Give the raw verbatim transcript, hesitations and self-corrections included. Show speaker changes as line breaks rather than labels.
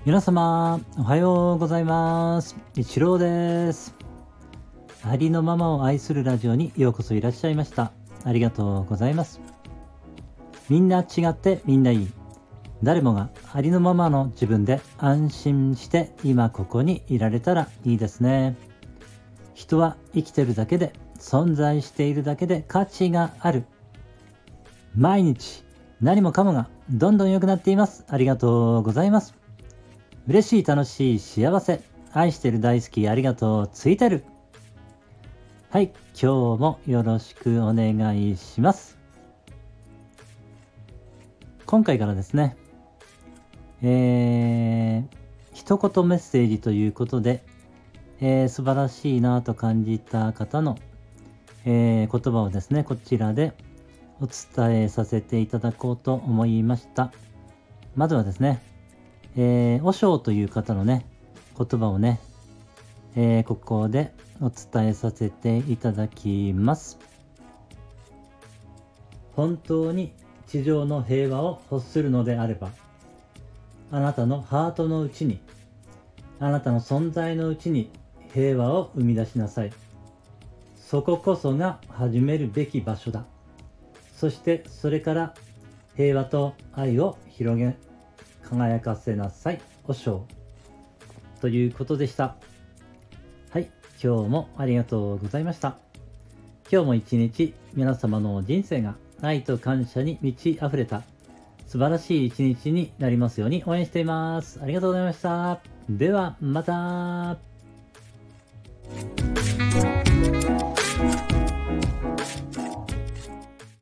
皆様おはようございます。一郎です。ありのままを愛するラジオにようこそいらっしゃいました。ありがとうございます。みんな違ってみんないい。誰もがありのままの自分で安心して今ここにいられたらいいですね。人は生きてるだけで、存在しているだけで価値がある。毎日何もかもがどんどん良くなっています。ありがとうございます。嬉しい、楽しい、幸せ、愛してる、大好き、ありがとう、ついてる。はい、今日もよろしくお願いします。今回からですね、えー、一言メッセージということで、えー、素晴らしいなと感じた方の、えー、言葉をですね、こちらでお伝えさせていただこうと思いました。まずはですね、えー、和尚という方のね、言葉をね、えー、ここでお伝えさせていただきます。本当に地上の平和を欲するのであれば、あなたのハートの内に、あなたの存在のうちに平和を生み出しなさい。そここそが始めるべき場所だ。そしてそれから平和と愛を広げ、輝かせなさい。和尚。ということでした。はい、今日もありがとうございました。今日も一日皆様の人生が愛と感謝に満ち溢れた素晴らしい一日になりますように応援しています。ありがとうございました。ではまた。